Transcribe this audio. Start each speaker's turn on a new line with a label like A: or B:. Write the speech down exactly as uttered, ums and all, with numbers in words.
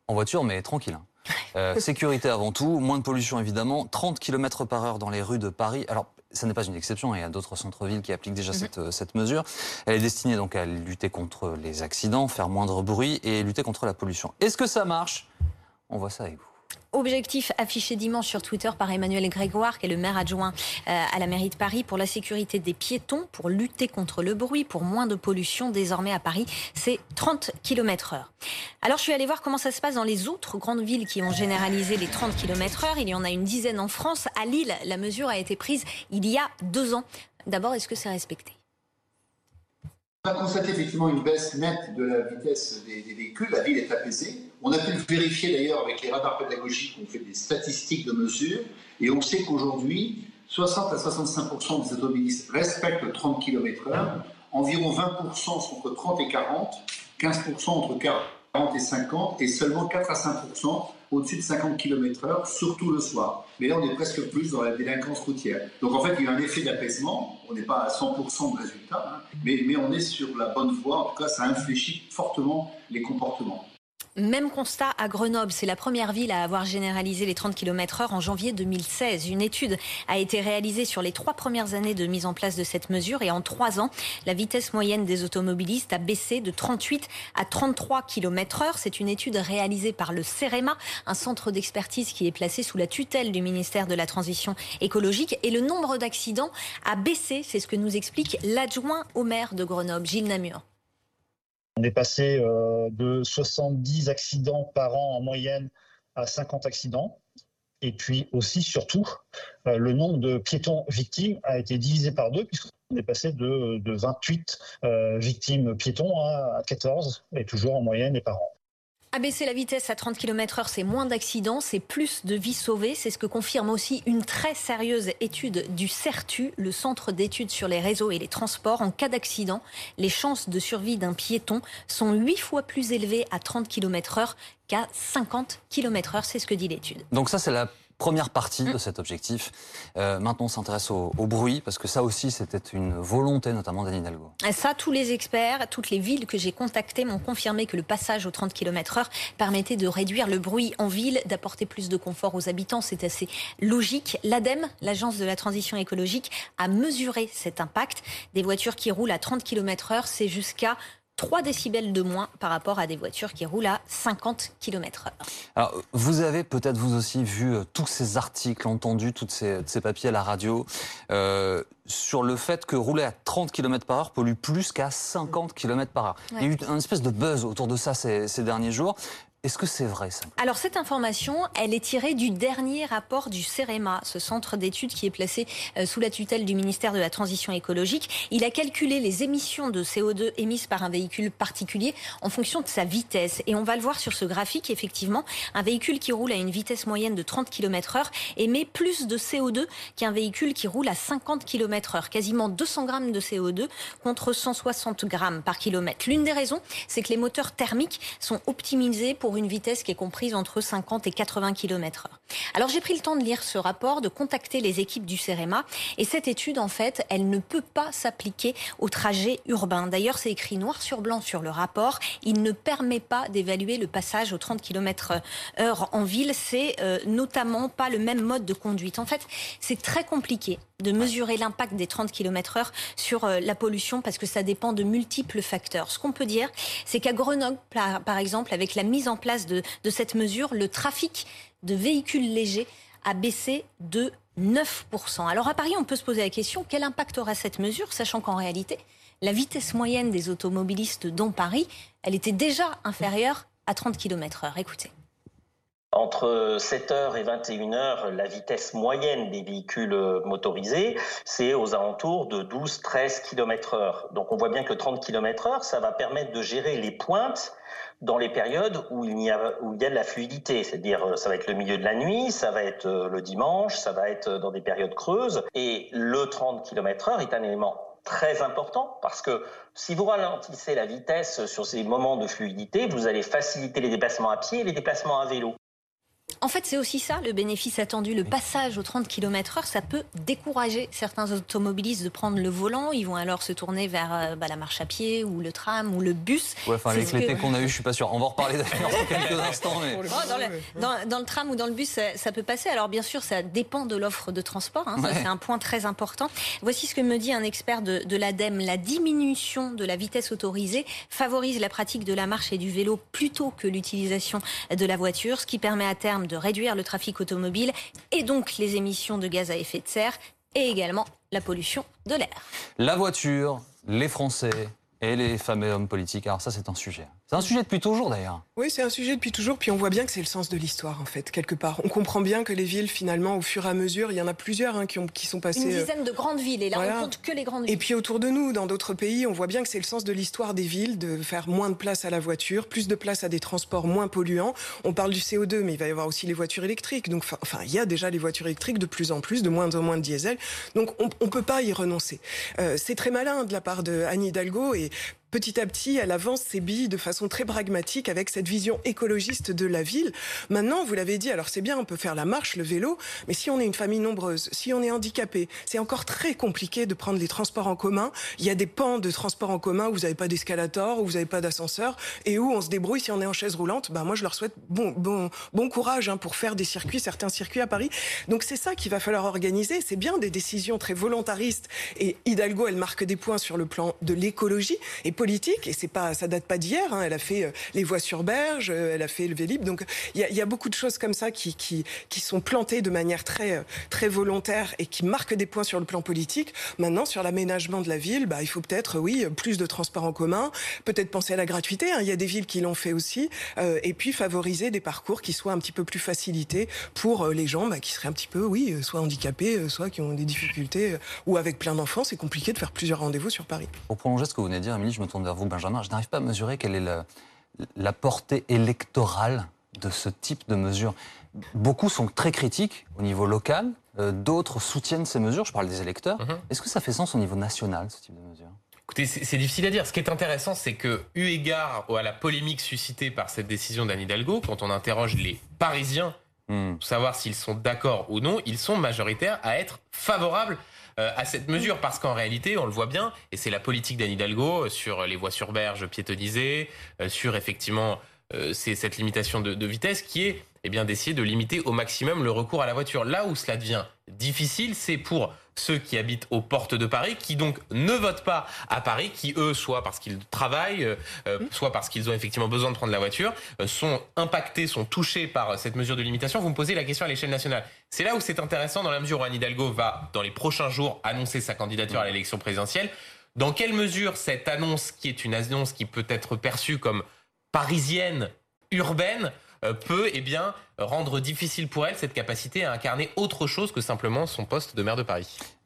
A: En voiture, mais tranquille. Hein. Euh, sécurité avant tout, moins de pollution évidemment, trente kilomètres par heure dans les rues de Paris. Alors, ça n'est pas une exception, il y a d'autres centres-villes qui appliquent déjà mmh. cette, cette mesure. Elle est destinée donc à lutter contre les accidents, faire moindre bruit et lutter contre la pollution. Est-ce que ça marche? On voit ça avec vous.
B: Objectif affiché dimanche sur Twitter par Emmanuel Grégoire, qui est le maire adjoint euh, à la mairie de Paris, pour la sécurité des piétons, pour lutter contre le bruit, pour moins de pollution. Désormais à Paris, c'est trente kilomètres heure. Alors je suis allée voir comment ça se passe dans les autres grandes villes qui ont généralisé les trente kilomètres heure. Il y en a une dizaine en France. À Lille, la mesure a été prise il y a deux ans. D'abord, est-ce que c'est respecté ?
C: On a constaté effectivement une baisse nette de la vitesse des, des véhicules. La ville est apaisée. On a pu le vérifier d'ailleurs avec les radars pédagogiques. On fait des statistiques de mesure et on sait qu'aujourd'hui, soixante à soixante-cinq pour cent des automobilistes respectent trente kilomètres heure. Environ vingt pour cent sont entre trente et quarante, quinze pour cent entre quarante et cinquante et seulement quatre à cinq pour cent au-dessus de cinquante kilomètres heure, surtout le soir. Mais là, on est presque plus dans la délinquance routière. Donc en fait, il y a un effet d'apaisement. On n'est pas à cent pour cent de résultat, hein, mais, mais on est sur la bonne voie. En tout cas, ça infléchit fortement les comportements.
B: Même constat à Grenoble. C'est la première ville à avoir généralisé les trente kilomètres heure en janvier deux mille seize. Une étude a été réalisée sur les trois premières années de mise en place de cette mesure et en trois ans, la vitesse moyenne des automobilistes a baissé de trente-huit à trente-trois kilomètres heure. C'est une étude réalisée par le CEREMA, un centre d'expertise qui est placé sous la tutelle du ministère de la Transition écologique. Et le nombre d'accidents a baissé. C'est ce que nous explique l'adjoint au maire de Grenoble, Gilles Namur.
D: On est passé euh, de soixante-dix accidents par an en moyenne à cinquante accidents. Et puis aussi, surtout, euh, le nombre de piétons victimes a été divisé par deux, puisqu'on est passé de, de vingt-huit euh, victimes piétons à quatorze, et toujours en moyenne et par an.
B: Abaisser la vitesse à trente kilomètres heure, c'est moins d'accidents, c'est plus de vies sauvées. C'est ce que confirme aussi une très sérieuse étude du CERTU, le Centre d'études sur les réseaux et les transports. En cas d'accident, les chances de survie d'un piéton sont huit fois plus élevées à trente kilomètres heure qu'à cinquante kilomètres heure. C'est ce que dit l'étude.
A: Donc ça, c'est la première partie de cet objectif. Euh, maintenant, on s'intéresse au, au bruit, parce que ça aussi, c'était une volonté, notamment d'Anne Hidalgo.
B: Ça, tous les experts, toutes les villes que j'ai contactées m'ont confirmé que le passage aux trente kilomètres heure permettait de réduire le bruit en ville, d'apporter plus de confort aux habitants. C'est assez logique. L'ADEME, l'Agence de la transition écologique, a mesuré cet impact. Des voitures qui roulent à trente kilomètres heure, c'est jusqu'à trois décibels de moins par rapport à des voitures qui roulent à cinquante kilomètres heure.
A: Alors, vous avez peut-être vous aussi vu euh, tous ces articles, entendu tous ces, ces papiers à la radio euh, sur le fait que rouler à trente kilomètres par heure pollue plus qu'à cinquante kilomètres par heure. Ouais. Il y a eu une espèce de buzz autour de ça ces, ces derniers jours. Est-ce que c'est vrai, ça ?
B: Alors, cette information, elle est tirée du dernier rapport du CEREMA, ce centre d'études qui est placé euh, sous la tutelle du ministère de la Transition écologique. Il a calculé les émissions de C O deux émises par un véhicule particulier en fonction de sa vitesse. Et on va le voir sur ce graphique, effectivement, un véhicule qui roule à une vitesse moyenne de trente kilomètres heure émet plus de C O deux qu'un véhicule qui roule à cinquante kilomètres heure. Quasiment deux cents grammes de C O deux contre cent soixante grammes par kilomètre. L'une des raisons, c'est que les moteurs thermiques sont optimisés pour une vitesse qui est comprise entre cinquante et quatre-vingts kilomètres heure. Alors j'ai pris le temps de lire ce rapport, de contacter les équipes du CEREMA et cette étude en fait, elle ne peut pas s'appliquer au trajet urbain. D'ailleurs c'est écrit noir sur blanc sur le rapport, il ne permet pas d'évaluer le passage aux trente kilomètres heure en ville, c'est euh, notamment pas le même mode de conduite. En fait c'est très compliqué de mesurer l'impact des trente kilomètres heure sur euh, la pollution parce que ça dépend de multiples facteurs. Ce qu'on peut dire, c'est qu'à Grenoble, par, par exemple, avec la mise en place de, de cette mesure, le trafic de véhicules légers a baissé de neuf pour cent. Alors à Paris, on peut se poser la question, quel impact aura cette mesure, sachant qu'en réalité, la vitesse moyenne des automobilistes dans Paris, elle était déjà inférieure à trente kilomètres heure. Écoutez.
E: Entre sept heures et vingt et une heures, la vitesse moyenne des véhicules motorisés, c'est aux alentours de douze à treize kilomètres heure. Donc on voit bien que trente kilomètres heure, ça va permettre de gérer les pointes dans les périodes où il y a, où il y a de la fluidité. C'est-à-dire, ça va être le milieu de la nuit, ça va être le dimanche, ça va être dans des périodes creuses. Et le trente kilomètres heure est un élément très important parce que si vous ralentissez la vitesse sur ces moments de fluidité, vous allez faciliter les déplacements à pied et les déplacements à vélo.
B: En fait, c'est aussi ça, le bénéfice attendu. Le passage aux trente kilomètres heure, ça peut décourager certains automobilistes de prendre le volant. Ils vont alors se tourner vers euh, bah, la marche à pied ou le tram ou le bus.
A: Ouais, enfin, avec l'été
B: que...
A: qu'on a eu, je suis pas sûr. On va en reparler d'ailleurs dans quelques instants. Mais...
B: Oh, dans, le, dans, dans le tram ou dans le bus, ça, ça peut passer. Alors bien sûr, ça dépend de l'offre de transport. Hein, ça, ouais. C'est un point très important. Voici ce que me dit un expert de, de l'ADEME. La diminution de la vitesse autorisée favorise la pratique de la marche et du vélo plutôt que l'utilisation de la voiture, ce qui permet à terme de réduire le trafic automobile et donc les émissions de gaz à effet de serre et également la pollution de l'air.
A: La voiture, les Français et les femmes et hommes politiques, alors ça c'est un sujet. C'est un sujet depuis toujours d'ailleurs.
F: Oui, c'est un sujet depuis toujours, puis on voit bien que c'est le sens de l'histoire en fait, quelque part. On comprend bien que les villes, finalement, au fur et à mesure, il y en a plusieurs hein, qui, ont, qui sont passées...
B: Une dizaine de grandes villes, et là
F: voilà.
B: on compte que les grandes villes.
F: Et puis autour de nous, dans d'autres pays, on voit bien que c'est le sens de l'histoire des villes, de faire moins de place à la voiture, plus de place à des transports moins polluants. On parle du C O deux, mais il va y avoir aussi les voitures électriques. Donc, enfin, il y a déjà les voitures électriques de plus en plus, de moins en moins de diesel. Donc on ne peut pas y renoncer. Euh, c'est très malin de la part de Anne Hidalgo, et petit à petit, elle avance ses billes de façon très pragmatique avec cette vision écologiste de la ville. Maintenant, vous l'avez dit, alors c'est bien, on peut faire la marche, le vélo, mais si on est une famille nombreuse, si on est handicapé, c'est encore très compliqué de prendre les transports en commun. Il y a des pans de transports en commun où vous n'avez pas d'escalator, où vous n'avez pas d'ascenseur, et où on se débrouille si on est en chaise roulante. Bah, moi, je leur souhaite bon, bon, bon courage hein, pour faire des circuits, certains circuits à Paris. Donc c'est ça qu'il va falloir organiser. C'est bien des décisions très volontaristes, et Hidalgo, elle marque des points sur le plan de l'écologie et politique, et c'est pas, ça date pas d'hier. Hein. Elle a fait euh, les voies sur berge, euh, elle a fait le Vélib. Donc il y, y a beaucoup de choses comme ça qui, qui, qui sont plantées de manière très, très volontaire et qui marquent des points sur le plan politique. Maintenant, sur l'aménagement de la ville, bah, il faut peut-être, oui, plus de transports en commun, peut-être penser à la gratuité. Hein. Il y a des villes qui l'ont fait aussi, euh, et puis favoriser des parcours qui soient un petit peu plus facilités pour euh, les gens bah, qui seraient un petit peu, oui, soit handicapés, soit qui ont des difficultés, euh, ou avec plein d'enfants, c'est compliqué de faire plusieurs rendez-vous sur Paris.
A: Pour prolonger ce que vous venez de dire, Émilie, je me tourne vers vous, Benjamin. Je n'arrive pas à mesurer quelle est la, la portée électorale de ce type de mesures. Beaucoup sont très critiques au niveau local, euh, d'autres soutiennent ces mesures, je parle des électeurs. Mmh. Est-ce que ça fait sens au niveau national, ce type de mesures ?
G: Écoutez, c'est difficile à dire. Ce qui est intéressant, c'est que, eu égard à la polémique suscitée par cette décision d'Anne Hidalgo, quand on interroge les Parisiens mmh. pour savoir s'ils sont d'accord ou non, ils sont majoritaires à être favorables euh, à cette mesure, parce qu'en réalité, on le voit bien, et c'est la politique d'Anne Hidalgo sur les voies sur berge piétonnisées, euh, sur effectivement euh, c'est cette limitation de, de vitesse qui est eh bien d'essayer de limiter au maximum le recours à la voiture. Là où cela devient difficile, c'est pour ceux qui habitent aux portes de Paris, qui donc ne votent pas à Paris, qui eux, soit parce qu'ils travaillent, euh, soit parce qu'ils ont effectivement besoin de prendre la voiture, euh, sont impactés, sont touchés par cette mesure de limitation. Vous me posez la question à l'échelle nationale. C'est là où c'est intéressant, dans la mesure où Anne Hidalgo va, dans les prochains jours, annoncer sa candidature à l'élection présidentielle. Dans quelle mesure cette annonce, qui est une annonce qui peut être perçue comme parisienne, urbaine, peut eh bien, rendre difficile pour elle cette capacité à incarner autre chose que simplement son poste de maire de Paris.